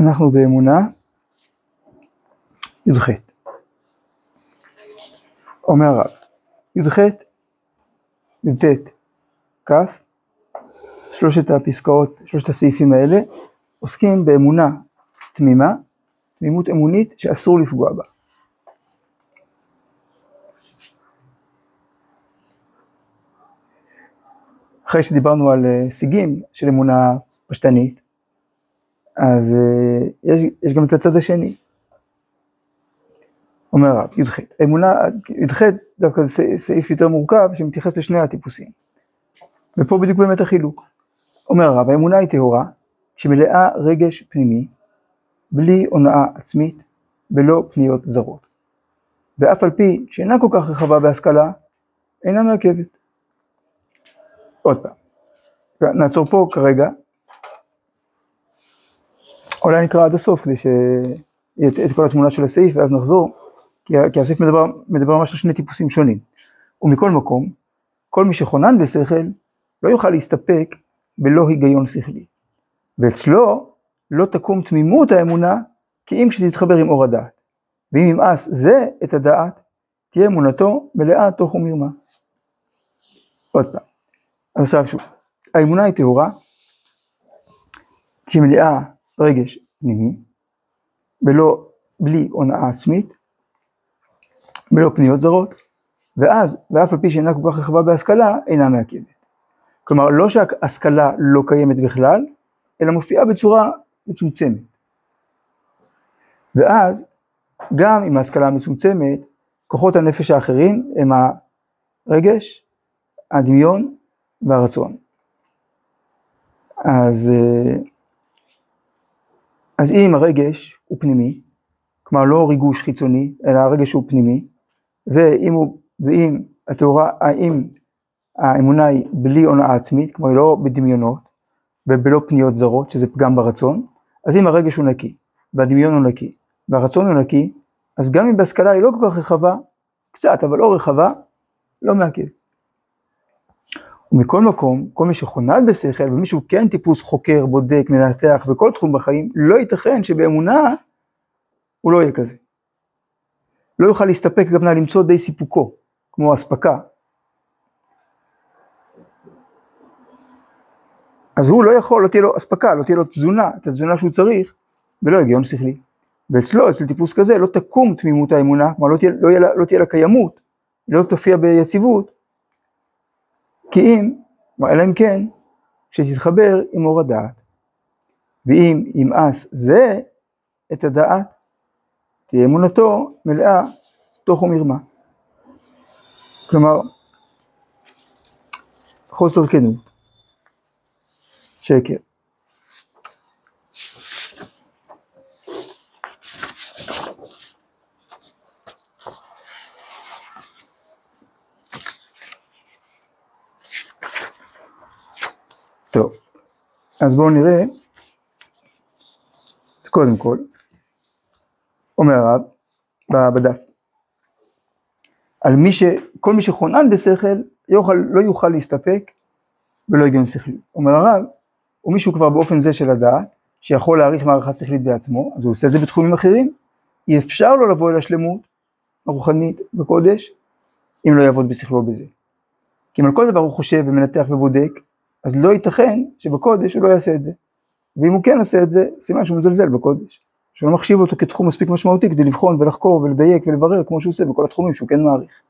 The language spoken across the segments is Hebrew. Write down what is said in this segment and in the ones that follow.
אנחנו באמונה י"ח. אומר הרב, י"ח, י"ט, כ', שלושת הפסקאות, שלושת הסעיפים האלה, עוסקים באמונה תמימה, תמימות אמונית שאסור לפגוע בה. אחרי שדיברנו על שיגים של אמונה פשטנית, אז יש גם את הצד השני. אומר הרב, י"ח. אמונה, י"ח דווקא זה סעיף יותר מורכב שמתייחס לשני הטיפוסים. ופה בדיוק באמת החילוק. אומר הרב, האמונה היא טהורה, שמלאה רגש פנימי, בלי הונאה עצמית, בלא פניות זרות. ואף על פי שאינה כל כך רחבה בהשכלה, אינה מעכבת. עוד פעם. נעצור פה כרגע. אולי נקרא עד הסוף כדי שיהיה את כל התמונה של הסעיף ואז נחזור, כי הסעיף מדבר ממש על שני טיפוסים שונים. ומכל מקום, כל מי שחונן בשכל לא יוכל להסתפק בלא היגיון שכלי. ואצלו לא תקום תמימות האמונה, כי אם כשתתחבר עם אור הדעת. ואם ימאס זה את הדעת, תהיה אמונתו מלאה תוך ומרמה. עוד פעם. אז עכשיו שוב, האמונה היא טהורה, שהיא מלאה רגש פנימי, בלי הונאה עצמית, בלא פניות זרות, ואף על פי שאינה כל כך רחבה בהשכלה, אינה מעכבת. כלומר, לא שההשכלה לא קיימת בכלל, אלא מופיעה בצורה מצומצמת. ואז, גם עם ההשכלה המצומצמת, כוחות הנפש האחרים הם הרגש, הדמיון והרצון. אז אם הרגש הוא פנימי, כלומר לא ריגוש חיצוני, אלא הרגש הוא פנימי, ואם האמונה היא בלי הונאה עצמית, כמו היא לא בדמיונות, ובלא פניות זרות, שזה פגם ברצון, אז אם הרגש הוא נקי, והדמיון הוא נקי, והרצון הוא נקי, אז גם אם בהשכלה היא לא כל כך רחבה, קצת, אבל לא רחבה, לא מעכב. ומכל מקום, כל מי שחונן בשכל, ומישהו כן טיפוס חוקר, בודק, מנתח, בכל תחום בחיים, לא ייתכן שבאמונה הוא לא יהיה כזה. לא יוכל להסתפק גם למצוא די סיפוקו, כמו הספקה. אז הוא לא יכול, לא תהיה לו הספקה, לא תהיה לו תזונה, את התזונה שהוא צריך, ולא היגיון שכלי. ואצלו, אצל טיפוס כזה, לא תקום תמימות האמונה, כלומר לא תהיה לה קיימות, לא תופיע ביציבות, אלא אם כן, כשתתחבר עם אור הדעת. ואם ימאס זה את הדעת, תהיה אמונתו מלאה תוך ומרמה. כלומר, חוסר כנות, שקר. טוב, אז בואו נראה, קודם כל, אומר הרב, בדף, כל מי שחונן בשכל, לא יוכל להסתפק ולא היגיון שכלי. אומר הרב, הוא מישהו כבר באופן זה של הדעת, שיכול להעריך מערכה שכלית בעצמו, אז הוא עושה את זה בתחומים אחרים, אי אפשר לו לבוא אל השלמות הרוחנית בקודש, אם לא יעבוד בשכלו בזה. כי אם על כל דבר הוא חושב ומנתח ובודק, אז לא ייתכן שבקודש הוא לא יעשה את זה. ואם הוא כן עושה את זה, סימן שהוא מזלזל בקודש. שהוא לא מחשיב אותו כתחום מספיק משמעותי, כדי לבחון ולחקור ולדייק ולברר, כמו שהוא עושה בכל התחומים שהוא כן מעריך.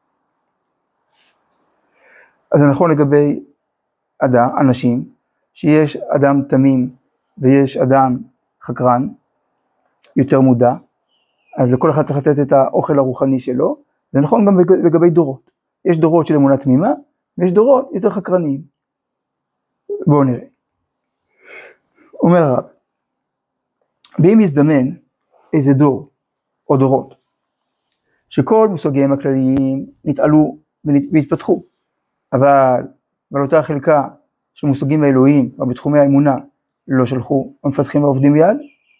אז זה נכון לגבי אנשים, שיש אדם תמים ויש אדם חקרן, יותר מודע, אז לכל אחד צריך לתת את האוכל הרוחני שלו, זה נכון גם לגבי דורות. יש דורות של אמונה תמימה, ויש דורות יותר חקרניים. בואו נראה. אומר הרב, ואם יזדמן איזה דור או דורות, שכל מושגיהם הכלליים נתעלו והתפתחו, אבל אותה חלקה של מושגים האלוהיים ובתחומי האמונה לא שלחו המפתחים ועובדים יד,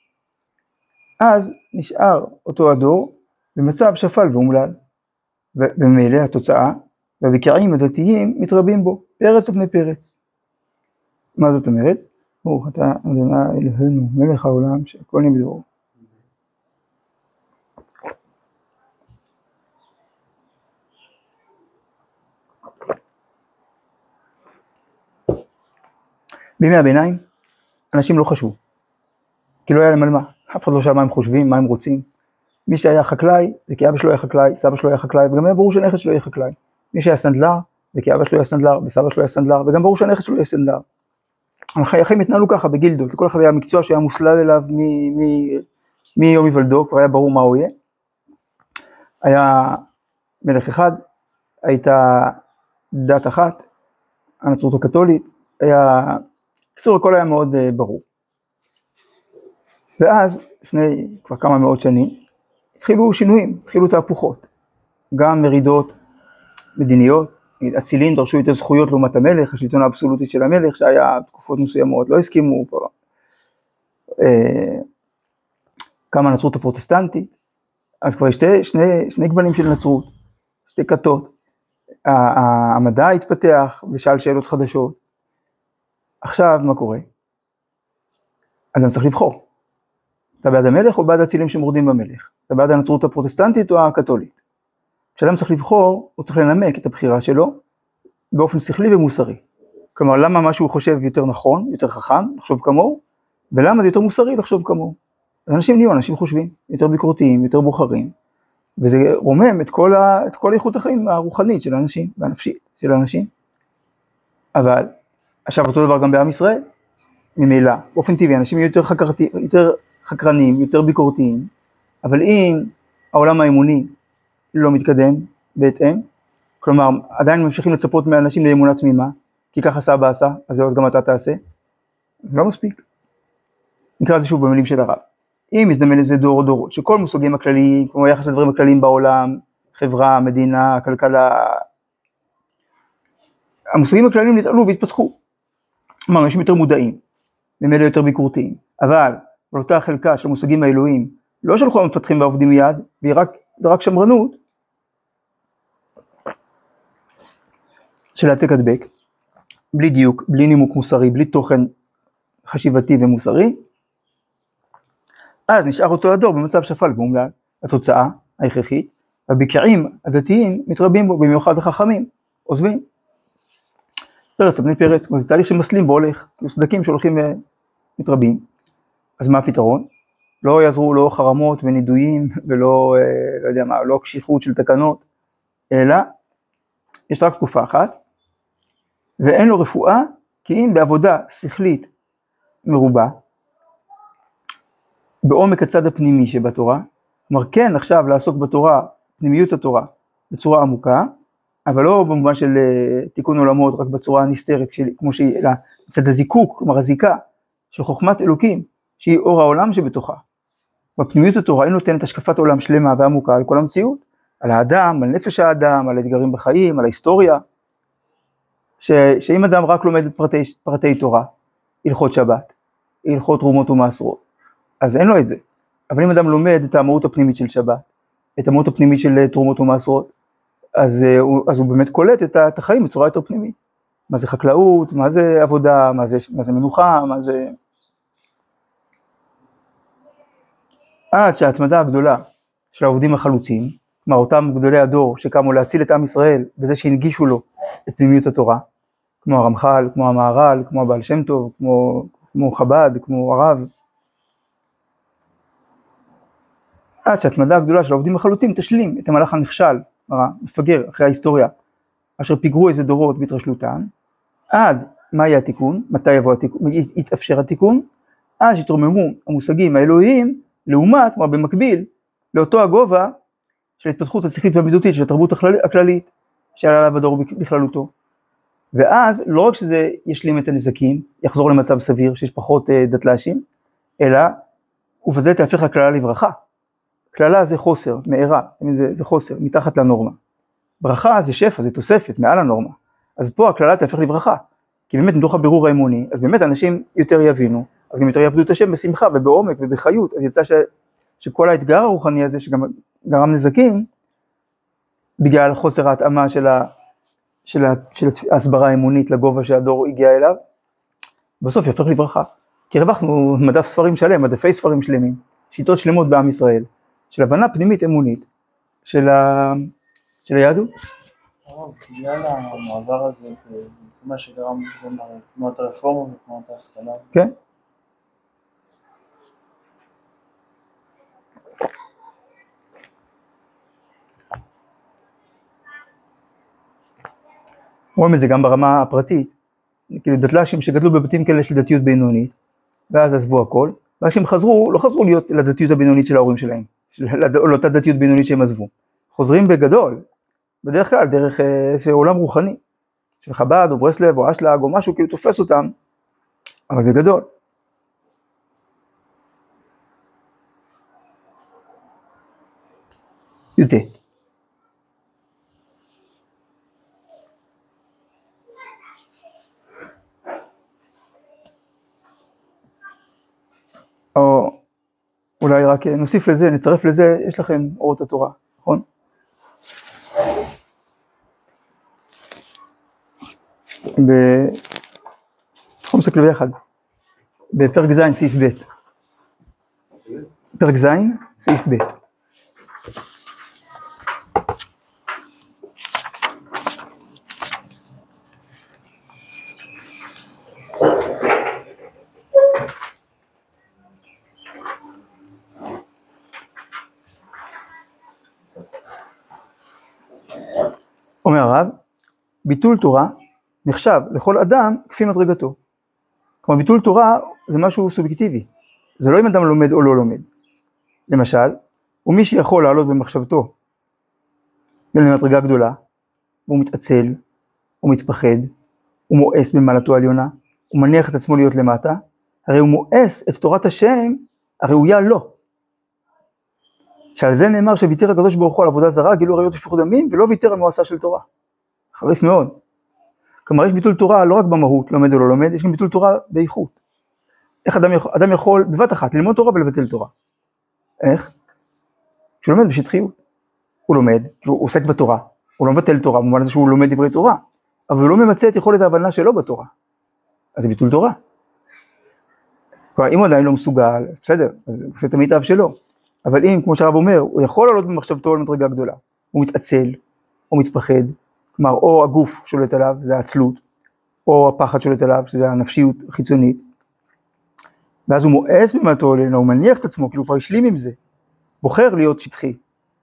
אז נשאר אותו הדור במצב שפל ואומלל, וממילא התוצאה, והבקיעים הדתיים מתרבים בו, פרץ ופני פרץ. מה זאת אומרת? ברוך אתה אדוני אלוהינו מלך העולם שהכל נהיה בדברו. בימי הביניים אנשים לא חשבו, כי לא היה להם על מה, אף אחד לא שאל מה הם חושבים, מה הם רוצים. מי שהיה חקלאי, זה כי אבא שלו היה חקלאי, סבא שלו היה חקלאי, וגם היה ברור שהנכד שלו יהיה חקלאי. מי שהיה סנדלר, זה כי אבא שלו היה סנדלר, וסבא שלו היה סנדלר, וגם ברור שהנכד שלו יהיה סנדלר. החיים התנהלו ככה בגילדות, לכל אחד היה מקצוע שהיה מוסלל אליו מיום היוולדו, כבר היה ברור מה הוא יהיה. היה מלך אחד, הייתה דת אחת, הנצרות הקתולית, בקיצור הכל היה מאוד ברור. ואז, לפני כבר כמה מאות שנים, התחילו שינויים, התחילו תהפוכות, גם מרידות מדיניות, אצילים דרשו יותר זכויות לעומת המלך, השלטון האבסולוטי של המלך, שהיה תקופות מסוימות, לא הסכימו, כמה הנצרות הפרוטסטנטית, אז כבר יש שני גוונים של נצרות, שתי כתות, המדע התפתח ושאל שאלות חדשות. עכשיו מה קורה? אדם צריך לבחור, אתה בעד המלך או בעד האצילים שמורדים במלך? אתה בעד הנצרות הפרוטסטנטית או הקתולית? כשאדם צריך לבחור, הוא צריך לנמק את הבחירה שלו באופן שכלי ומוסרי. כלומר, למה מה שהוא חושב יותר נכון, יותר חכם, לחשוב כמוהו, ולמה זה יותר מוסרי לחשוב כמוהו. אז אנשים נהיו, אנשים חושבים, יותר ביקורתיים, יותר בוחרים, וזה רומם את כל איכות החיים הרוחנית של האנשים, והנפשית של האנשים. אבל, עכשיו אותו דבר גם בעם ישראל, ממילא, באופן טבעי, אנשים יהיו יותר חקרנים, יותר ביקורתיים, אבל אם העולם האמוני לא מתקדם בהתאם, כלומר, עדיין ממשיכים לצפות מאנשים לאמונה תמימה, כי ככה סבא עשה, אז זה עוד גם אתה תעשה, זה לא מספיק. נקרא זה שוב במילים של הרב. אם מזדמן לזה דור או דורות, שכל מושגים הכלליים, כמו יחס לדברים הכלליים בעולם, חברה, מדינה, כלכלה, המושגים הכלליים נתעלו והתפתחו. כלומר, אנשים יותר מודעים, ממילא יותר ביקורתיים, אבל באותה חלקה של המושגים האלוהיים, לא שלחו המפתחים והעובדים מיד, זה רק שמרנות, של העתק הדבק, בלי דיוק, בלי נימוק מוסרי, בלי תוכן חשיבתי ומוסרי, אז נשאר אותו הדור במצב שפל ואומלל. התוצאה ההכרחית, הבקעים הדתיים מתרבים בו, במיוחד החכמים, עוזבים. פרץ לבני פרץ, זה תהליך שמסלים והולך, סדקים שהולכים ומתרבים. אז מה הפתרון? לא יעזרו לא חרמות ונידויים ולא, לא יודע מה, לא קשיחות של תקנות, אלא יש רק תקופה אחת, ואין לו רפואה, כי אם בעבודה שכלית מרובה, בעומק הצד הפנימי שבתורה, כלומר כן עכשיו לעסוק בתורה, פנימיות התורה, בצורה עמוקה, אבל לא במובן של תיקון עולמות, רק בצורה הנסתרת, כמו שהיא, אלא מצד הזיקוק, כלומר הזיקה של חוכמת אלוקים, שהיא אור העולם שבתוכה. בפנימיות התורה היא נותנת השקפת עולם שלמה ועמוקה על כל המציאות, על האדם, על נפש האדם, על האתגרים בחיים, על ההיסטוריה, שאם אדם רק לומד את פרטי תורה, הלכות שבת, הלכות תרומות ומעשרות, אז אין לו את זה. אבל אם אדם לומד את המהות הפנימית של שבת, את המהות הפנימית של תרומות ומעשרות, אז הוא באמת קולט את החיים בצורה יותר פנימית. מה זה חקלאות, מה זה עבודה, מה זה מנוחה, מה זה... עד שההתמדה הגדולה של העובדים החלוצים, כלומר אותם גדולי הדור שקמו להציל את עם ישראל, בזה שהנגישו לו את פנימיות התורה, כמו הרמח"ל, כמו המהר"ל, כמו הבעל שם טוב, כמו חב"ד, כמו הרב, עד שההתמדה הגדולה של העובדים החלוצים תשלים את המהלך הנכשל, מפגר אחרי ההיסטוריה, אשר פיגרו איזה דורות בהתרשלותן, עד מה יהיה התיקון, מתי יתאפשר התיקון, עד שיתרוממו המושגים האלוהיים, לעומת, כלומר במקביל, לאותו הגובה של התפתחות השכלית והמידותית של התרבות הכללית, שעלה עליו הדור בכללותו. ואז לא רק שזה ישלים את הנזקים, יחזור למצב סביר שיש פחות דתל"שים, אלא ובזה תהפך הכללה לברכה. כללה זה חוסר, מארה, זה חוסר, מתחת לנורמה. ברכה זה שפע, זה תוספת, מעל הנורמה. אז פה הכללה תהפך לברכה, כי באמת מתוך הבירור האמוני, אז באמת אנשים יותר יבינו, אז גם יותר יעבדו את השם בשמחה ובעומק ובחיות, אז יצא שכל האתגר הרוחני הזה, שגם גרם נזקים, בגלל חוסר ההתאמה של ההסברה האמונית לגובה שהדור הגיע אליו, בסוף יהפך לברכה. כי הרווחנו מדף ספרים שלם, מדפי ספרים שלמים, שיטות שלמות בעם ישראל, של הבנה פנימית אמונית, של היהדות. בגלל המעבר הזה, זה מה שגרם לתנועת הרפורמה ותנועת ההשכלה. כן. רואים את זה גם ברמה הפרטית, כאילו דתל"שים שגדלו בבתים כאלה של דתיות בינונית, ואז עזבו הכל, ואז כשהם חזרו, לא חזרו להיות לדתיות הבינונית של ההורים שלהם, לאותה דתיות בינונית שהם עזבו, חוזרים בגדול, בדרך כלל דרך איזה עולם רוחני, של חב"ד או ברסלב או אשלג או משהו, כאילו תופס אותם, אבל בגדול. י"ט. או אולי רק נוסיף לזה, נצרף לזה, יש לכם אורות התורה, נכון? אנחנו מסתכלים ביחד, בפרק ז' סעיף ב', פרק ז' סעיף ב'. אומר הרב, ביטול תורה נחשב לכל אדם כפי מדרגתו. כלומר, ביטול תורה זה משהו סובייקטיבי. זה לא אם אדם לומד או לא לומד. למשל, ומי שיכול לעלות במחשבתו למדרגה גדולה, והוא מתעצל, הוא מתפחד, הוא מואס במעלתו העליונה, הוא מניח את עצמו להיות למטה, הרי הוא מואס את תורת השם הראויה לו. שעל זה נאמר שוויתר הקדוש ברוך הוא על עבודה זרה, גילו עריות ושפיכות דמים, ולא ויתר על מואסה של תורה. חריף מאוד. כלומר, יש ביטול תורה לא רק במהות, לומד או לא לומד, יש גם ביטול תורה באיכות. איך אדם יכול בבת אחת ללמוד תורה ולבטל תורה? איך? כשהוא לומד בשטחיות. הוא לומד, הוא עוסק בתורה, הוא לא מבטל תורה, במובן הזה שהוא לומד דברי תורה, אבל הוא לא ממצא את יכולת ההבנה שלו בתורה. אז זה ביטול תורה. כלומר, אם הוא עדיין לא מסוגל, בסדר, אז הוא עושה את המיטב שלו. אבל אם, כמו שהרב אומר, הוא יכול לעלות במחשבתו למדרגה גדולה, הוא מתעצל, הוא מתפחד, כלומר, או הגוף שולט עליו, זה העצלות, או הפחד שולט עליו, שזה הנפשיות החיצונית, ואז הוא מואס במעלתו העליונה, הוא מניח את עצמו, כאילו הוא כבר השלים עם זה, בוחר להיות שטחי.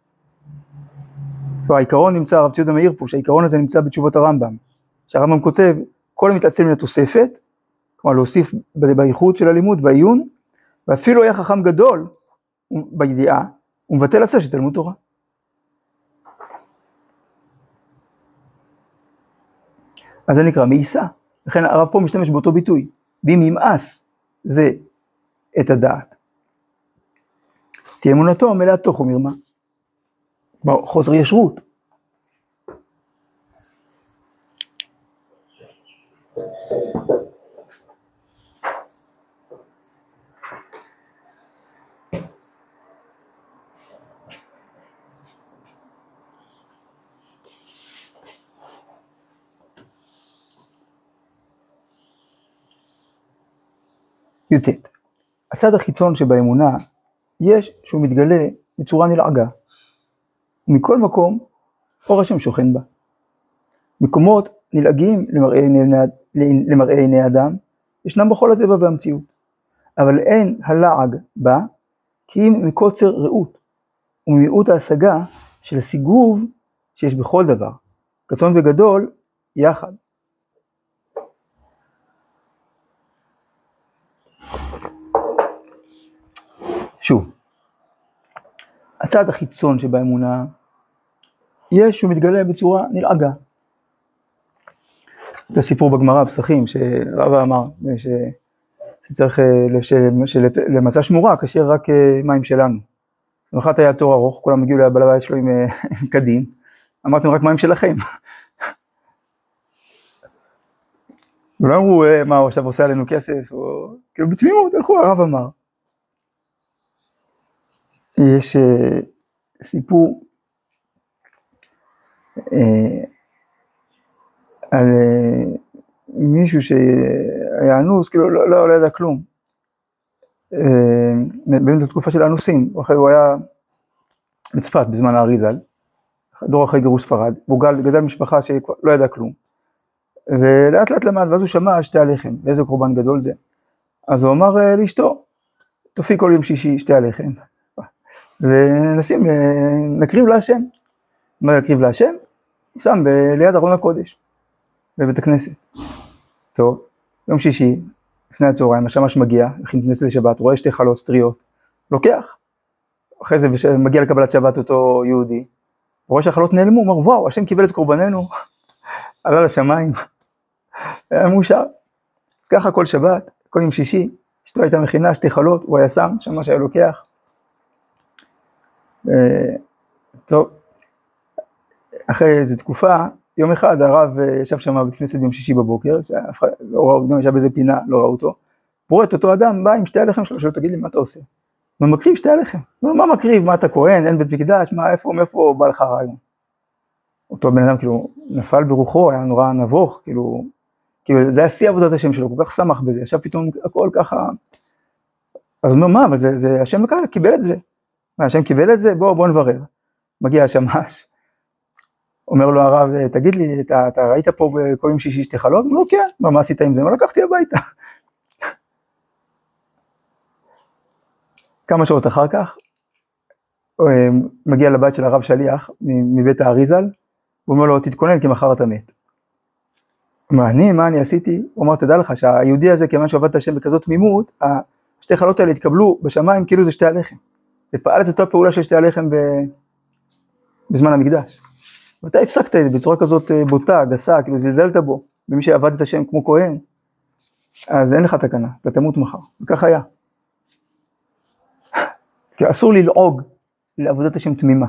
והעיקרון נמצא, הרב ציודה מאיר פה, שהעיקרון הזה נמצא בתשובות הרמב"ם, שהרמב"ם כותב, כל המתעצל מן התוספת, כלומר להוסיף בייחוד של הלימוד, בעיון, ואפילו היה חכם גדול, בידיעה, הוא מבטל עשה של תלמוד תורה. אז זה נקרא מאיסה, לכן הרב פה משתמש באותו ביטוי, ואם ימאס זה את הדעת. תהיה אמונתו מלאת תוך ומרמה, חוסר ישרות. י"ט. הצד החיצון שבאמונה יש שהוא מתגלה בצורה נלעגה. ומכל מקום אור השם שוכן בה. מקומות נלעגים למראה עיני אדם ישנם בכל הטבע והמציאות. אבל אין הלעג בה כי אם מקוצר ראות וממיעוט ההשגה של הסיגוב שיש בכל דבר, קטון וגדול יחד. שוב, הצד החיצון שבאמונה יש שהוא מתגלה בצורה נלעגה. זה סיפור בגמרא פסחים שרבא אמר שצריך למצה שמורה כאשר רק מים שלנו. למחרת היה תור ארוך, כולם הגיעו לבעל הבית שלו עם קדים, אמרתם רק מים שלכם. ולא אמרו מה הוא עכשיו עושה עלינו כסף, או כאילו בתמימות, הלכו, הרב אמר. יש סיפור על מישהו היה אנוס, כאילו לא ידע כלום. באמת בתקופה של האנוסים, הוא היה בצפת בזמן האריזל, דור אחרי גירוש ספרד, והוא גדל משפחה שלא ידע כלום. ולאט לאט למד, ואז הוא שמע שתי הלחם, ואיזה קורבן גדול זה. אז הוא אמר לאשתו, תופיע כל יום שישי שתי הלחם, נקריב להשם. מה נקריב להשם? הוא שם ליד ארון הקודש, בבית הכנסת. טוב, יום שישי, לפני הצהריים, השמש מגיע, הכין כנסת לשבת, רואה שתי חלות סטריות, לוקח. אחרי זה מגיע לקבלת שבת אותו יהודי, רואה שהחלות נעלמו, הוא אומר, וואו, השם קיבל את קורבננו, עלה לשמיים, היה מאושר. אז ככה כל שבת, כל יום שישי, אשתו הייתה מכינה שתי חלות, הוא היה שם, שמה שהיה לוקח. טוב, אחרי איזו תקופה, יום אחד הרב ישב שם בבית כנסת ביום שישי בבוקר, לא ראו, גם ישב באיזה פינה, לא ראו אותו, ורואה את אותו אדם, בא עם שתי הלחם שלו, שאלו, תגיד לי, מה אתה עושה? הוא מקריב שתי הלחם. מה מקריב? מה אתה כהן? אין בית מקדש? מה, מאיפה בא לך רעיון? אותו בן אדם כאילו נפל ברוחו, היה נורא נבוך, כאילו זה היה שיא עבודת השם שלו, כל כך שמח בזה, ישב פתאום הכל ככה, אז הוא אומר, מה, אבל זה השם קיבל את זה. השם קיבל את זה? בוא נברר. מגיע השמש, אומר לו הרב, תגיד לי, אתה ראית פה בכל יום שישי שתי חלות? הוא אומר לו, כן, מה עשית עם זה? מה לקחתי הביתה? כמה שעות אחר כך, מגיע לבית של הרב שליח, מבית האריזל, הוא אומר לו, תתכונן, כי מחר אתה מת. הוא אומר, מה אני עשיתי? הוא אומר, תדע לך שהיהודי הזה, כיוון שעבד את השם בכזאת תמימות, השתי חלות האלה התקבלו בשמיים, כאילו זה שתי הלחם. ופעל את אותה פעולה של שתי הלחם בזמן המקדש. ואתה הפסקת את זה בצורה כזאת בוטה, גסה, כאילו זלזלת בו, במי שעבד את השם כמו כהן, אז אין לך תקנה, אתה תמות מחר. וכך היה. כי אסור ללעוג לעבודת השם תמימה.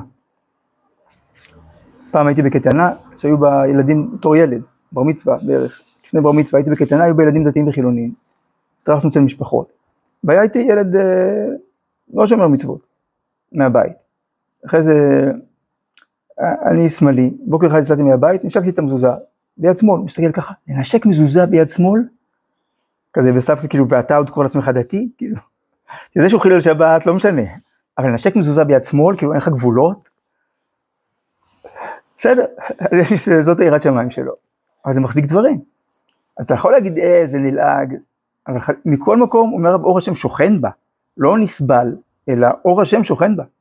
פעם הייתי בקטנה, שהיו בה ילדים, בתור ילד, בר מצווה בערך, לפני בר מצווה הייתי בקטנה, היו בה ילדים דתיים וחילוניים, התארחנו אצל משפחות, והיה איתי ילד לא שומר מצוות, מהבית. אחרי זה, אני שמאלי, בוקר אחד יצאתי מהבית, נשקתי את המזוזה, ביד שמאל, מסתכל ככה, לנשק מזוזה ביד שמאל, כזה בסתפתי כאילו, ואתה עוד קורא לעצמך דתי, כאילו, זה שהוא חילל שבת, לא משנה, אבל לנשק מזוזה ביד שמאל, כאילו אין לך גבולות, בסדר, זאת היראת שמיים שלו, אבל זה מחזיק דברים, אז אתה יכול להגיד, זה נלעג, אבל מכל מקום אומר אור השם שוכן בה, לא נסבל, אלא אור השם שוכן בה.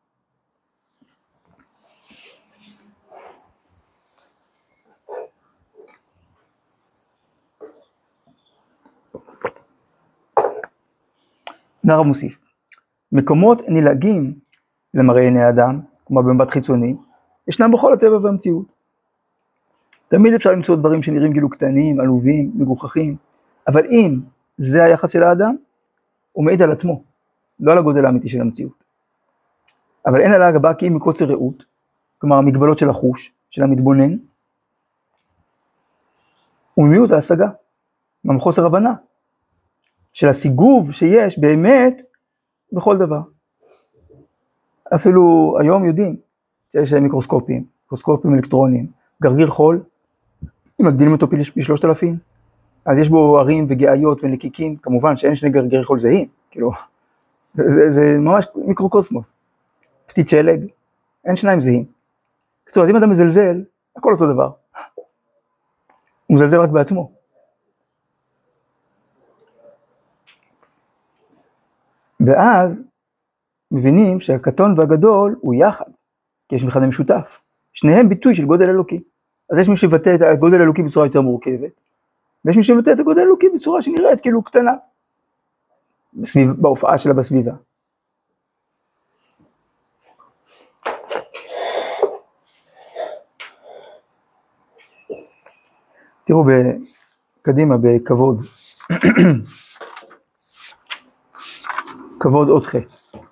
נרב מוסיף, מקומות נלעגים למראה עיני האדם, כמו במבט חיצוני, ישנם בכל הטבע והמציאות. תמיד אפשר למצוא דברים שנראים כאילו קטנים, עלובים, מגוחכים, אבל אם זה היחס של האדם, הוא מעיד על עצמו, לא על הגודל האמיתי של המציאות. אבל אין הלעג הבא כי אם מקוצר ראות, כלומר המגבלות של החוש, של המתבונן, וממיעוט ההשגה, מחוסר הבנה, של הסיגוב שיש באמת בכל דבר. אפילו היום יודעים שיש מיקרוסקופים, מיקרוסקופים אלקטרוניים, גרגיר חול, אם מגדילים אותו פי 3,000, אז יש בו ערים וגאיות ונקיקים, כמובן שאין שני גרגירי חול זהים, כאילו, זה ממש מיקרוקוסמוס, פתית שלג, אין שניים זהים. קצור, אז אם אדם מזלזל, הכל אותו דבר. הוא מזלזל רק בעצמו. ואז מבינים שהקטון והגדול הוא יחד, כי יש מכנה משותף. שניהם ביטוי של גודל אלוקי. אז יש מי שבטא את הגודל האלוקי בצורה יותר מורכבת, ויש מי שבטא את הגודל האלוקי בצורה שנראית כאילו קטנה, בהופעה שלה בסביבה. תראו קדימה בכבוד. כבוד עוד חטא.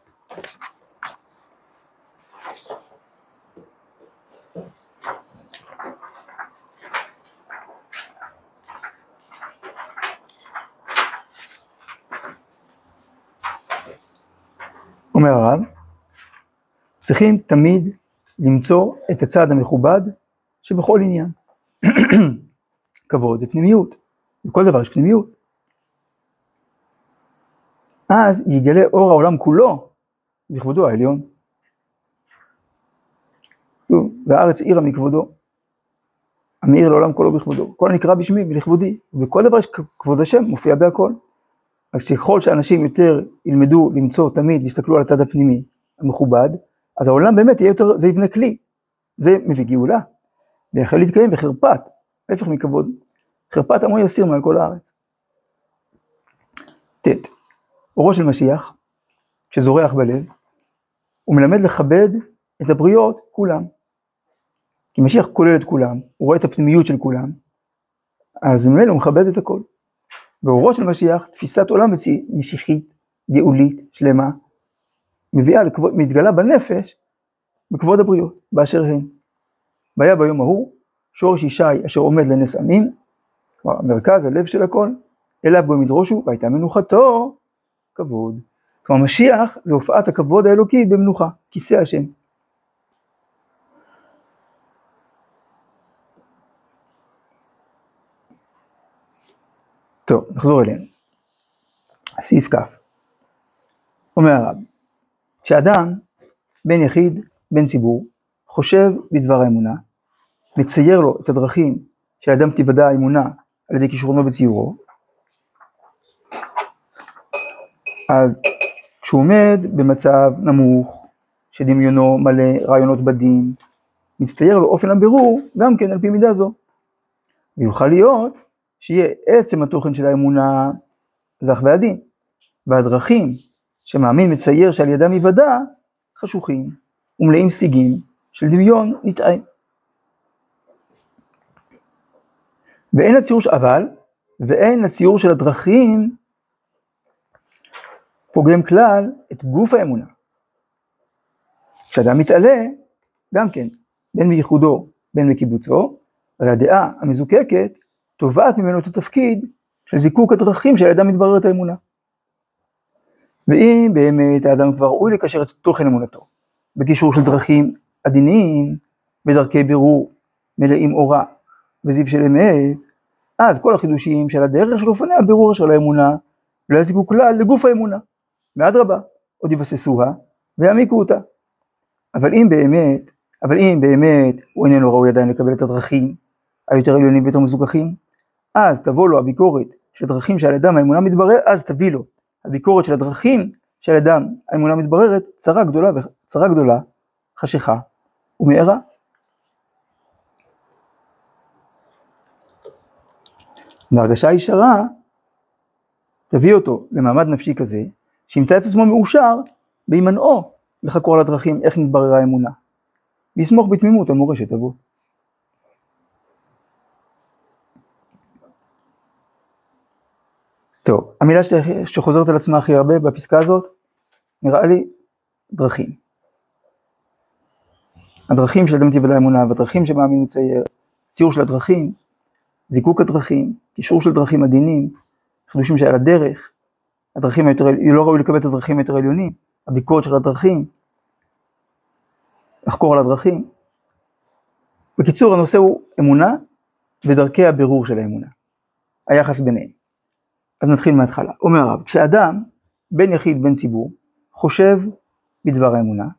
אומר הרב, צריכים תמיד למצוא את הצד המכובד שבכל עניין. כבוד זה פנימיות, בכל דבר יש פנימיות. אז יגלה אור העולם כולו בכבודו העליון. והארץ עירה מכבודו, המאיר לעולם כולו בכבודו, כל הנקרא בשמי ולכבודי, וכל דבר שכבוד השם מופיע בהכל. אז ככל שאנשים יותר ילמדו למצוא תמיד, ויסתכלו על הצד הפנימי המכובד, אז העולם באמת יהיה יותר, זה יבנה כלי, זה מביא גאולה, ויחל להתקיים בחרפת, ההפך מכבוד, חרפת עמו יסיר מעל כל הארץ. אורו של משיח, שזורח בלב, הוא מלמד לכבד את הבריות כולם. כי משיח כולל את כולם, הוא רואה את הפנימיות של כולם, אז ממנו הוא מכבד את הכל. ואורו של משיח, תפיסת עולם משיחית, גאולית, שלמה, מתגלה בנפש, בכבוד הבריות, באשר הן. והיה ביום ההוא, שורש ישי אשר עומד לנס עמים, כלומר, מרכז הלב של הכל, אליו בו מדרושו, והייתה מנוחתו, כבוד. כלומר, משיח זה הופעת הכבוד האלוקי במנוחה, כיסא השם. טוב, נחזור אלינו. סעיף כף. אומר הרב, כשאדם, בן יחיד, בן ציבור, חושב בדבר האמונה, מצייר לו את הדרכים של אדם תיוודע האמונה על ידי כישרונו וציורו, אז כשהוא עומד במצב נמוך, שדמיונו מלא רעיונות בדים, מצטייר לו אופן הבירור גם כן על פי מידה זו. ויוכל להיות שיהיה עצם התוכן של האמונה זך ועדין, והדרכים שמאמין מצייר שעל ידם יוודע חשוכים ומלאים שיגים של דמיון נטעה. ואין הציור של הדרכים פוגם כלל את גוף האמונה. כשאדם מתעלה, גם כן, בין מייחודו, בין מקיבוצו, הרי הדעה המזוקקת תובעת ממנו את התפקיד של זיקוק הדרכים של האדם מתבררת האמונה. ואם באמת האדם כבר ראוי לקשר את תוכן אמונתו, בקישור של דרכים עדינים, בדרכי בירור מלאים אורה וזיו של אמת, אז כל החידושים של הדרך של אופני הבירור של האמונה לא יזיקו כלל לגוף האמונה. מאדרבה, עוד יבססוה ויעמיקו אותה. אבל אם באמת הוא איננו ראוי עדיין לקבל את הדרכים היותר עליונים ויותר מזוכחים, אז תבוא לו הביקורת של הדרכים שעל ידם האמונה מתבררת, אז תביא לו הביקורת של הדרכים שעל ידם האמונה מתבררת, צרה גדולה, חשיכה ומארה. והרגשה ישרה תביא אותו למעמד נפשי כזה, שימצא את עצמו מאושר בהימנעו לחקור על הדרכים איך נתבררה האמונה, ויסמוך בתמימות על מורשת אבות. טוב, המילה שחוזרת על עצמה הכי הרבה בפסקה הזאת, נראה לי דרכים. הדרכים של אדם תיוודע האמונה, והדרכים שמאמין מצייר, ציור של הדרכים, זיקוק הדרכים, קישור של דרכים עדינים, חידושים שעל הדרך, הדרכים היותר, לא ראוי לקבל את הדרכים היותר עליונים, הביקורת של הדרכים, לחקור על הדרכים. בקיצור, הנושא הוא אמונה ודרכי הבירור של האמונה, היחס ביניהם. אז נתחיל מההתחלה. אומר הרב, כשאדם, בן יחיד, בן ציבור, חושב בדבר האמונה,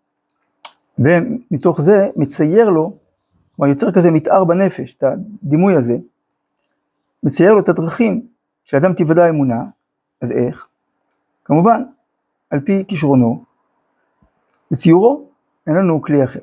ומתוך זה מצייר לו, כלומר יוצר כזה מתאר בנפש, את הדימוי הזה, מצייר לו את הדרכים של אדם תיוודע האמונה, אז איך? כמובן, על פי כישרונו, וציורו, אין לנו כלי אחר.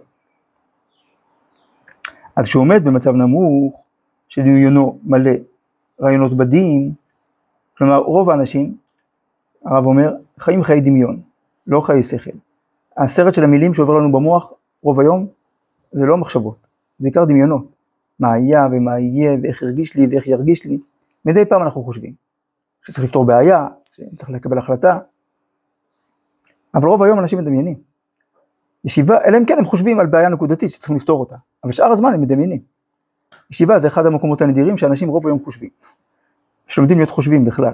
אז כשהוא עומד במצב נמוך, שדמיונו מלא רעיונות בדים, כלומר רוב האנשים, הרב אומר, חיים חיי דמיון, לא חיי שכל. הסרט של המילים שעובר לנו במוח, רוב היום, זה לא מחשבות, זה בעיקר דמיונות. מה היה ומה יהיה, ואיך הרגיש לי ואיך ירגיש לי. מדי פעם אנחנו חושבים, שצריך לפתור בעיה, שצריך לקבל החלטה, אבל רוב היום אנשים מדמיינים. ישיבה, אלא אם כן הם חושבים על בעיה נקודתית שצריכים לפתור אותה, אבל שאר הזמן הם מדמיינים. ישיבה זה אחד המקומות הנדירים שאנשים רוב היום חושבים, שלומדים להיות חושבים בכלל.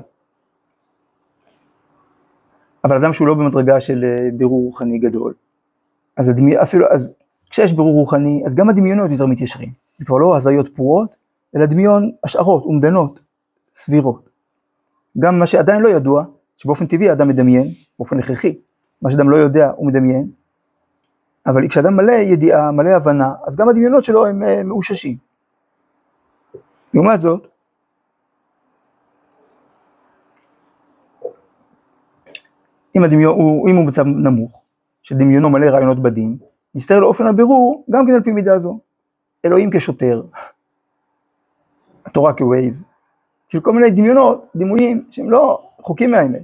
אבל אדם שהוא לא במדרגה של בירור רוחני גדול, אז כשיש בירור רוחני, אז גם הדמיונות יותר מתיישרים. זה כבר לא הזיות פרועות, אלא דמיון השערות, אומדנות, סבירות. גם מה שעדיין לא ידוע, שבאופן טבעי האדם מדמיין, באופן הכרחי, מה שאדם לא יודע הוא מדמיין, אבל כשאדם מלא ידיעה, מלא הבנה, אז גם הדמיונות שלו הם מאוששים. לעומת זאת, אם הוא במצב נמוך, שדמיונו מלא רעיונות בדין, נסתר לאופן הבירור גם כן על פי מידה זו. אלוהים כשוטר, התורה כווייז, של כל מיני דמיונות, דימויים שהם לא רחוקים מהאמת.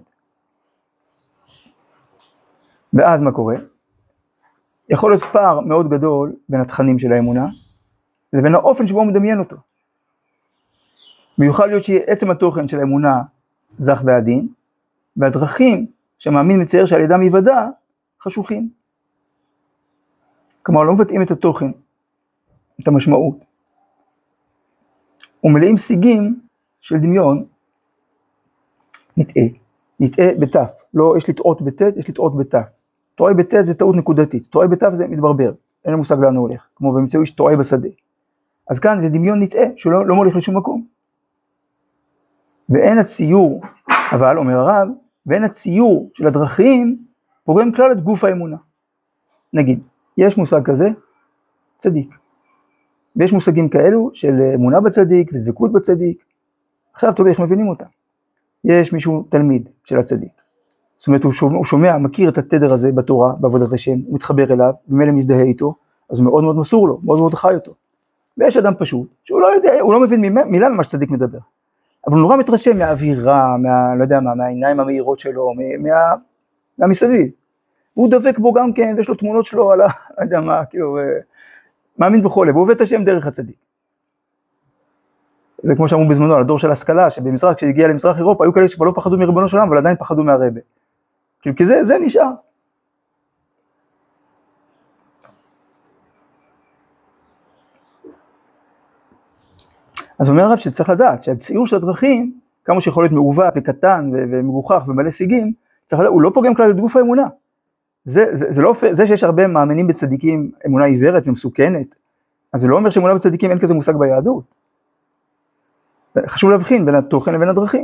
ואז מה קורה? יכול להיות פער מאוד גדול בין התכנים של האמונה, לבין האופן שבו הוא מדמיין אותו. ויוכל להיות שעצם התוכן של האמונה זך ועדין, והדרכים שהמאמין מצייר שעל ידם היוודע, חשוכים. כלומר, לא מבטאים את התוכן, את המשמעות. ומלאים שיגים של דמיון, נטעה בתף. לא יש לטעות בתת, יש לטעות בתף. טועה בתת זה טעות נקודתית, טועה בתף זה מתברבר, אין לו מושג לאן הוא הולך, כמו במציאו איש טועה בשדה. אז כאן זה דמיון נטעה, שהוא לא מוליך לשום מקום. ואין הציור, אבל אומר הרב, ואין הציור של הדרכים, פוגם כלל את גוף האמונה. נגיד, יש מושג כזה, צדיק. ויש מושגים כאלו של אמונה בצדיק ודבקות בצדיק. עכשיו תודה איך מבינים אותה. יש מישהו תלמיד של הצדיק. זאת אומרת, הוא שומע, מכיר את התדר הזה בתורה, בעבודת השם, הוא מתחבר אליו, במילא מזדהה איתו, אז הוא מאוד מאוד מסור לו, מאוד מאוד חי אותו. ויש אדם פשוט, שהוא לא יודע, הוא לא מבין מילה ממה שצדיק מדבר. אבל הוא נורא מתרשם מהאווירה, לא יודע מה, מהעיניים המאירות שלו, מהמסביב. והוא דבק בו גם כן, ויש לו תמונות שלו על לא יודע מה, כאילו, מאמין בכל לב, הוא עובד את השם דרך הצדיק. זה כמו שאמרו בזמנו, על הדור של ההשכלה, שבמזרח, כשהגיע למזרח אירופה, היו כאלה שכבר לא פחדו מריבונו של עולם, אבל עדיין פחדו מהרבה. כאילו, כי זה נשאר. אז אומר הרב שצריך לדעת, שהציור של הדרכים, כמה שיכול להיות מעוות וקטן ומגוחך ומלא שיגים, צריך לדעת, הוא לא פוגם כלל את גוף האמונה. זה שיש הרבה מאמינים בצדיקים, אמונה עיוורת ומסוכנת, אז זה לא אומר שאמונה בצדיקים אין כזה מושג ביהדות. חשוב להבחין בין התוכן לבין הדרכים.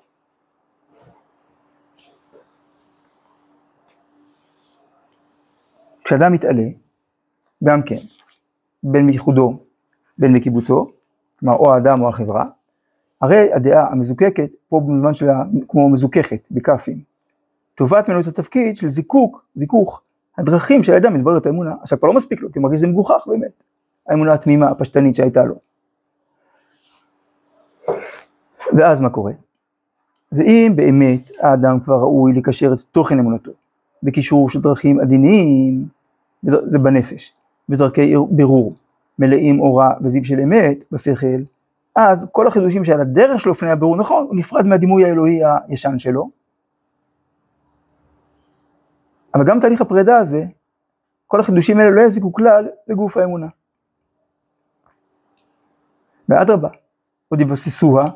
כשאדם מתעלה, גם כן, בין מייחודו, בין מקיבוצו, כלומר או האדם או החברה, הרי הדעה המזוקקת, פה במובן שלה כמו מזוככת, בכפים, תובעת ממנו את התפקיד של זיכוך הדרכים של האדם מתברר את האמונה. עכשיו כבר לא מספיק לו, כי הוא מרגיש זה מגוחך באמת, האמונה התמימה, הפשטנית שהייתה לו. ואז מה קורה? ואם באמת האדם כבר ראוי לקשר את תוכן אמונתו, בקישור של דרכים עדיניים, זה בנפש, בדרכי בירור, מלאים אורה וזיו של אמת בשכל, אז כל החידושים שעל הדרך שלו לפני הבירור, נכון, הוא נפרד מהדימוי האלוהי הישן שלו, אבל גם תהליך הפרידה הזה, כל החידושים האלה לא יזיקו כלל לגוף האמונה. ואדרבה, עוד יבסיסוה,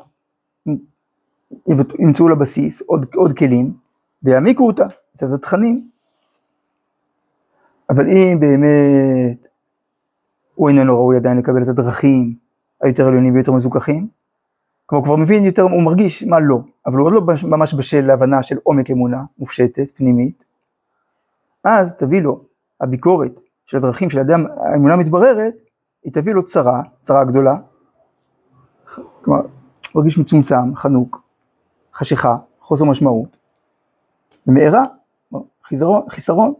ימצאו לבסיס עוד כלים, ויעמיקו אותה, את התכנים. אבל אם באמת הוא איננו ראוי עדיין לקבל את הדרכים היותר עליונים ויותר מזוכחים, כמו הוא כבר מבין יותר, הוא מרגיש מה לא, אבל הוא עוד לא ממש בשל להבנה של עומק אמונה, מופשטת, פנימית, אז תביא לו הביקורת של הדרכים של אדם, האמונה מתבררת, היא תביא לו צרה גדולה, כלומר, הוא מרגיש מצומצם, חנוק, חשיכה, חוסר משמעות, ומארה, חיסרון.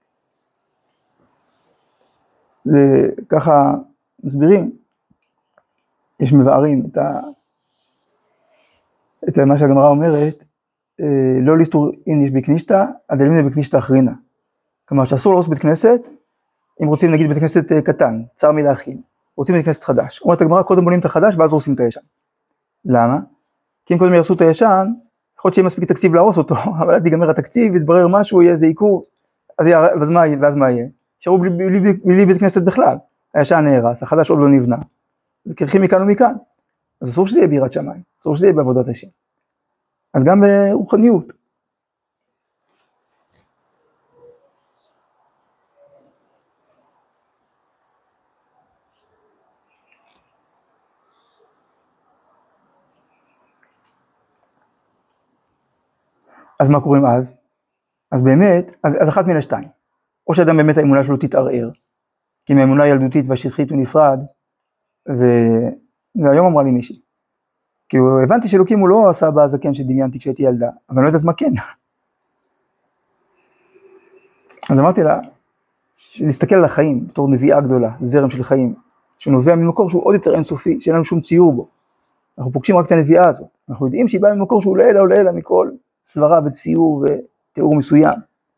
וככה מסבירים, יש מבארים את מה שהגמרא אומרת, לא ליסטור איניש בקנישתא, הדלמינה בקנישתא אחרינה. כלומר, שאסור להרוס בית כנסת, אם רוצים נגיד בית כנסת קטן, צר מלהכין, רוצים בית כנסת חדש. אומרת הגמרא, קודם בונים את החדש ואז הורסים את הישן. למה? כי אם קודם ירסו את הישן, יכול להיות שיהיה מספיק תקציב להרוס אותו, אבל אז ייגמר התקציב, יתברר משהו, יהיה איזה עיכוב, ואז מה יהיה? ישארו בלי בית כנסת בכלל. הישן נהרס, החדש עוד לא נבנה. אז קרחים מכאן ומכאן. אז אסור שזה יהיה ביראת שמיים, אסור שזה יהיה בעבודת השם. אז גם ברוחניות. אז מה קוראים אז? אז באמת, אז אחת מן השתיים. או שאדם באמת האמונה שלו תתערער, כי מהאמונה הילדותית והשטחית הוא נפרד, והיום אמרה לי מישהי, כי הבנתי שאלוקים הוא לא הסבא הזקן שדמיינתי כשהייתי ילדה, אבל אני לא יודעת מה כן. אז אמרתי לה, להסתכל על החיים בתור נביאה גדולה, זרם של חיים, שנובע ממקור שהוא עוד יותר אינסופי, שאין לנו שום ציור בו. אנחנו פוגשים רק את הנביאה הזאת, אנחנו יודעים שהיא באה ממקור שהוא לעילה או לעילה מכל סברה וציור ותיאור מסוים.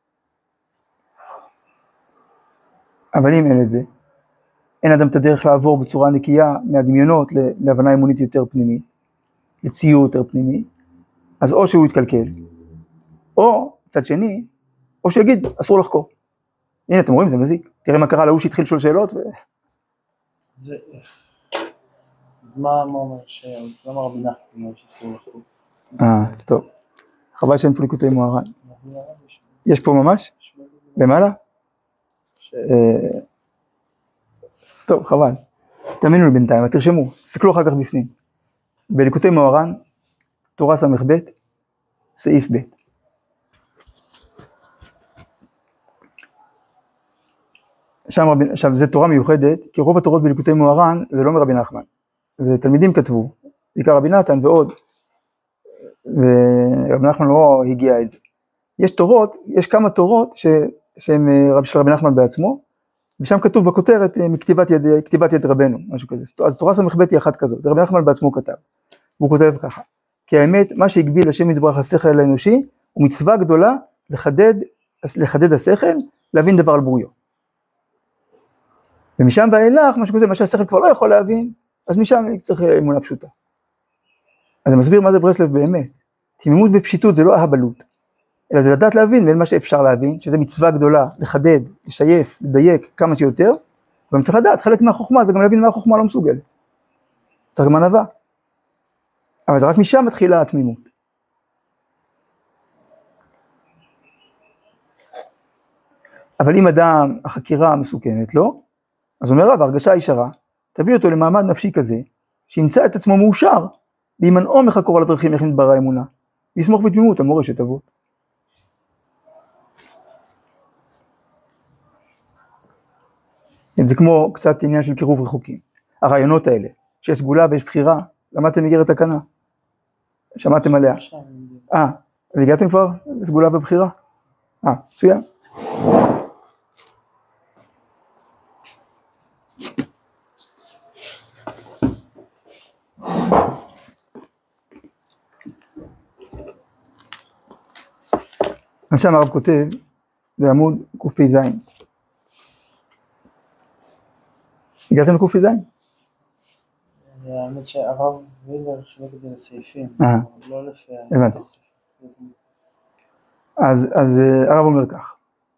אבל אם אין את זה, אין אדם את הדרך לעבור בצורה נקייה מהדמיונות להבנה אמונית יותר פנימית, לציור יותר פנימי, אז או שהוא יתקלקל, או, צד שני, או שיגיד, אסור לחקור. הנה, אתם רואים, זה מזיק. תראה מה קרה להוא שהתחיל לשאול שאלות זה איך? אז מה אומר למה רבי נחמן אומר שאסור לחקור? טוב. חבל שאין פה ליקוטי מוהר"ן. יש פה ממש? למעלה? טוב, חבל. תאמינו לי בינתיים, תרשמו, תסתכלו אחר כך בפנים. בליקוטי מוהר"ן, תורה ס"ב, סעיף ב'. עכשיו, זו תורה מיוחדת, כי רוב התורות בליקוטי מוהר"ן, זה לא מרבי נחמן. זה תלמידים כתבו, בעיקר רבי נתן ועוד. ורבי נחמן לא הגיע את זה. יש כמה תורות שהן של רבי נחמן בעצמו, ושם כתוב בכותרת מכתיבת יד רבנו, משהו כזה. אז תורה ס"ב היא אחת כזאת, זה רבי נחמן בעצמו כתב. והוא כותב ככה, כי האמת, מה שהגביל השם יתברך השכל האנושי, הוא מצווה גדולה לחדד השכל, להבין דבר על בוריו. ומשם ואילך, משהו כזה, מה שהשכל כבר לא יכול להבין, אז משם צריך אמונה פשוטה. אז אני מסביר מה זה ברסלב באמת. תמימות ופשיטות זה לא אהבלות, אלא זה לדעת להבין בין מה שאפשר להבין, שזה מצווה גדולה, לחדד, לשייף, לדייק כמה שיותר, אבל צריך לדעת, חלק מהחוכמה זה גם להבין מה החוכמה לא מסוגלת. צריך גם ענווה. אבל זה רק משם מתחילה התמימות. אבל אם אדם, החקירה מסוכנת לו, אז אומר רב, הרגשה ישרה, תביא אותו למעמד נפשי כזה, שימצא את עצמו מאושר, וימנעו מחקור על הדרכים איך נדברה האמונה, ויסמוך בתמימות על מורשת אבות. זה כמו קצת עניין של קירוב רחוקים. הרעיונות האלה, שיש סגולה ויש בחירה, למדתם איגרת תקנה? שמעתם עליה? והגעתם כבר לסגולה ובחירה? מצוין. עכשיו הרב כותב בעמוד קפ"ז. הגעתם לקפ"ז? האמת שהרב וילבר חילק את זה לסעיפים, לא לפי... הבנתי. אז הרב אומר כך,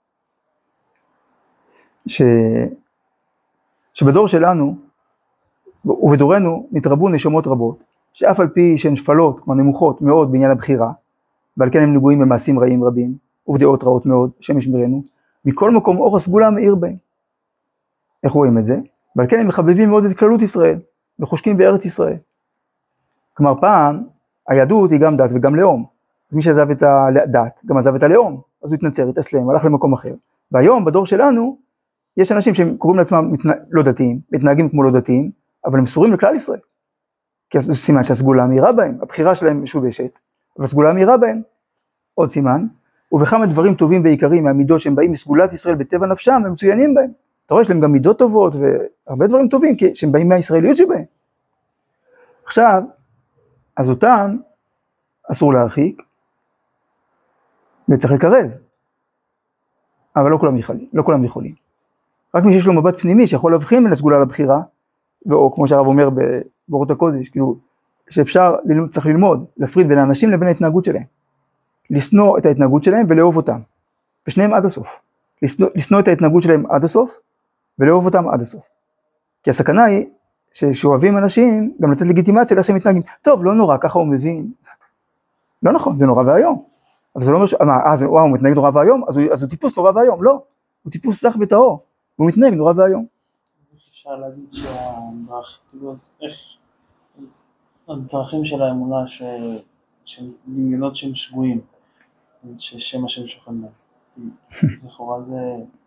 שבדור שלנו ובדורנו נתרבו נשמות רבות, שאף על פי שהן שפלות, כלומר נמוכות מאוד בעניין הבחירה, ועל כן הם נגועים במעשים רעים רבים, ובדעות רעות מאוד, השם ישמרנו, מכל מקום אור הסגולה מאיר בהם. איך רואים את זה? ועל כן הם מחבבים מאוד את כללות ישראל, וחושקים בארץ ישראל. כלומר פעם, היהדות היא גם דת וגם לאום. מי שעזב את הדת, גם עזב את הלאום, אז הוא התנצר, התאסלם, הלך למקום אחר. והיום, בדור שלנו, יש אנשים שהם קוראים לעצמם לא דתיים, מתנהגים כמו לא דתיים, אבל הם מסורים לכלל ישראל. כי זה סימן שהסגולה מהירה בהם, הבחירה שלהם משובשת, אבל הסגולה מהירה בהם, עוד סימן, ובכמה דברים טובים ויקרים מהמידות שהם באים מסגולת ישראל בטבע נפשם, הם מצוינים בהם. אתה רואה, יש להם גם מידות טובות והרבה דברים טובים, שהם באים מהישראליות שבהם. עכשיו, אז אותם אסור להרחיק, וצריך לקרב. אבל לא כולם יכולים. רק מי שיש לו מבט פנימי, שיכול להבחין בין הסגולה לבחירה, או כמו שהרב אומר באורות הקודש, כאילו, שאפשר, צריך ללמוד, להפריד בין האנשים לבין ההתנהגות שלהם. לשנוא את ההתנהגות שלהם ולאהוב אותם. ושניהם עד הסוף. לשנוא את ההתנהגות שלהם עד הסוף, ולאהוב אותם עד הסוף. כי הסכנה היא, שאוהבים אנשים, גם לתת לגיטימציה לאיך שהם מתנהגים. טוב, לא נורא, ככה הוא מבין. לא נכון, זה נורא והיום. אבל זה לא אומר, הוא מתנהג נורא והיום, אז הוא טיפוס נורא והיום. לא, הוא טיפוס זך וטהור, והוא מתנהג נורא והיום. אפשר להגיד הדרכים של האמונה, שהן דמיונות שהם שגויים, ששם השם שוכן בהם. לכאורה זה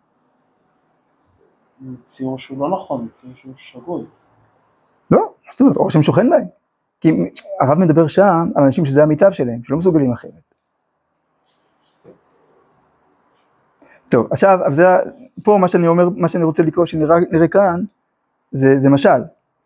ציור שהוא לא נכון, זה ציור שהוא שגוי. לא, זאת אומרת, או שהם שוכן בהם. כי הרב מדבר שם על אנשים שזה המיטב שלהם, שלא מסוגלים אחרת. טוב, עכשיו, פה מה שאני אומר, מה שאני רוצה לקרוא, שנראה כאן, זה משל.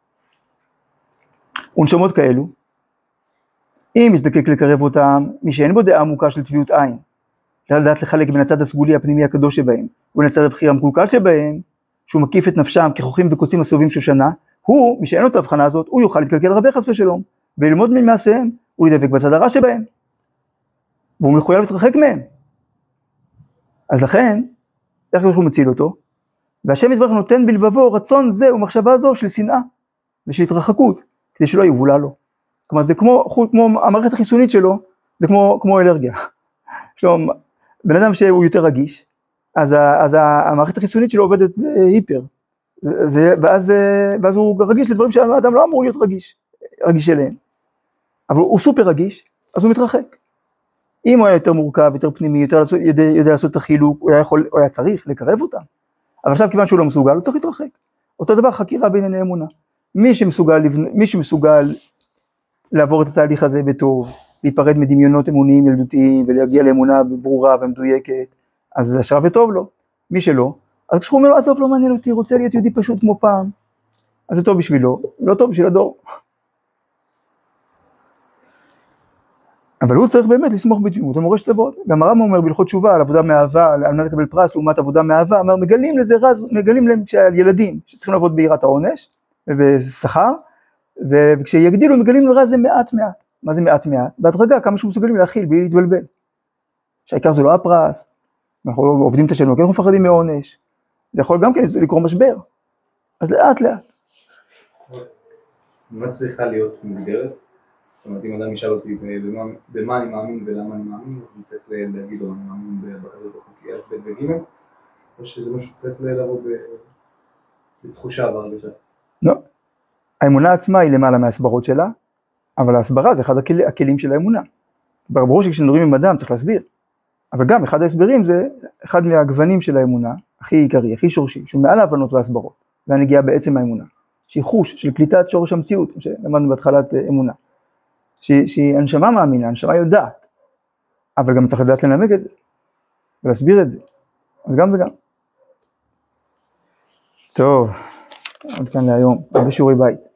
ונשמות כאלו, אם יזדקק לקרב אותם, מי שאין בו דעה עמוקה של טבעיות עין, לדעת לחלק בין הצד הסגולי הפנימי הקדוש שבהם, ובין הצד הבחיר המקולקל שבהם, שהוא מקיף את נפשם כחוכים וקוצים הסובבים שושנה, הוא, מי שאין לו את ההבחנה הזאת, הוא יוכל להתקלקל רבה חס ושלום, וללמוד ממעשיהם, ולדבק בצד הרע שבהם, והוא מחויב להתרחק מהם. אז לכן, איך הוא מציל אותו? והשם יתברך נותן בלבבו רצון זה ומחשבה זו של שנאה ושל התרחקות, כדי שלא יבולע לו. כלומר, זה כמו המערכת החיסונית שלו, זה כמו אלרגיה. יש לו, בן אדם שהוא יותר רגיש, אז המערכת החיסונית שלו עובדת היפר, ואז הוא רגיש לדברים שהאדם לא אמור להיות רגיש אליהם. אבל הוא סופר רגיש, אז הוא מתרחק. אם הוא היה יותר מורכב, יותר פנימי, יותר יודע לעשות את החילוק, הוא היה צריך לקרב אותם. אבל עכשיו כיוון שהוא לא מסוגל, הוא צריך להתרחק. אותו דבר חקירה בענייני אמונה. מי שמסוגל לעבור את התהליך הזה בטוב, להיפרד מדמיונות אמוניים ילדותיים, ולהגיע לאמונה ברורה ומדויקת, אז השלב וטוב לו. מי שלא, אז כשהוא אומר לו, עזוב, לא מעניין אותי, רוצה להיות יהודי פשוט כמו פעם. אז זה טוב בשבילו, לא טוב בשביל הדור. אבל הוא צריך באמת לסמוך בדמות המורשת אבות. גם הרב אומר בהלכות תשובה על עבודה מאהבה, על מנת לקבל פרס לעומת עבודה מאהבה, אומר מגלים להם ילדים שצריכים לעבוד ביראת העונש ובשכר, וכשיגדילו מגלים לרע זה מעט. מה זה מעט? בהדרגה כמה שמסוגלים להכיל בלי להתבלבל. שהעיקר זה לא הפרס, אנחנו עובדים את השלנו, כי אנחנו מפחדים מעונש, זה יכול גם כן לקרוא משבר, אז לאט. מה צריכה להיות מוגדרת? זאת אומרת, אם אדם ישאל אותי במה אני מאמין ולמה אני מאמין, אז אני צריך להגיד לו, אני מאמין בקדוש ברוך הוא כי ב' וג', או שזה משהו שצריך לבוא בתחושה והרגשה? לא. האמונה עצמה היא למעלה מההסברות שלה, אבל ההסברה זה אחד הכלים של האמונה. ברור שכשנדברים עם אדם צריך להסביר, אבל גם אחד ההסברים זה אחד מהגוונים של האמונה, הכי עיקרי, הכי שורשי, שהוא מעל ההבנות וההסברות, והנגיעה בעצם האמונה, שהיא חוש של קליטת שורש המציאות, כמו שלמדנו בהתחלת אמונה. שהיא הנשמה מאמינה, הנשמה יודעת, אבל גם צריך לדעת לנמק את זה, ולהסביר את זה, אז גם וגם. טוב, עד כאן להיום, הרבה שיעורי בית.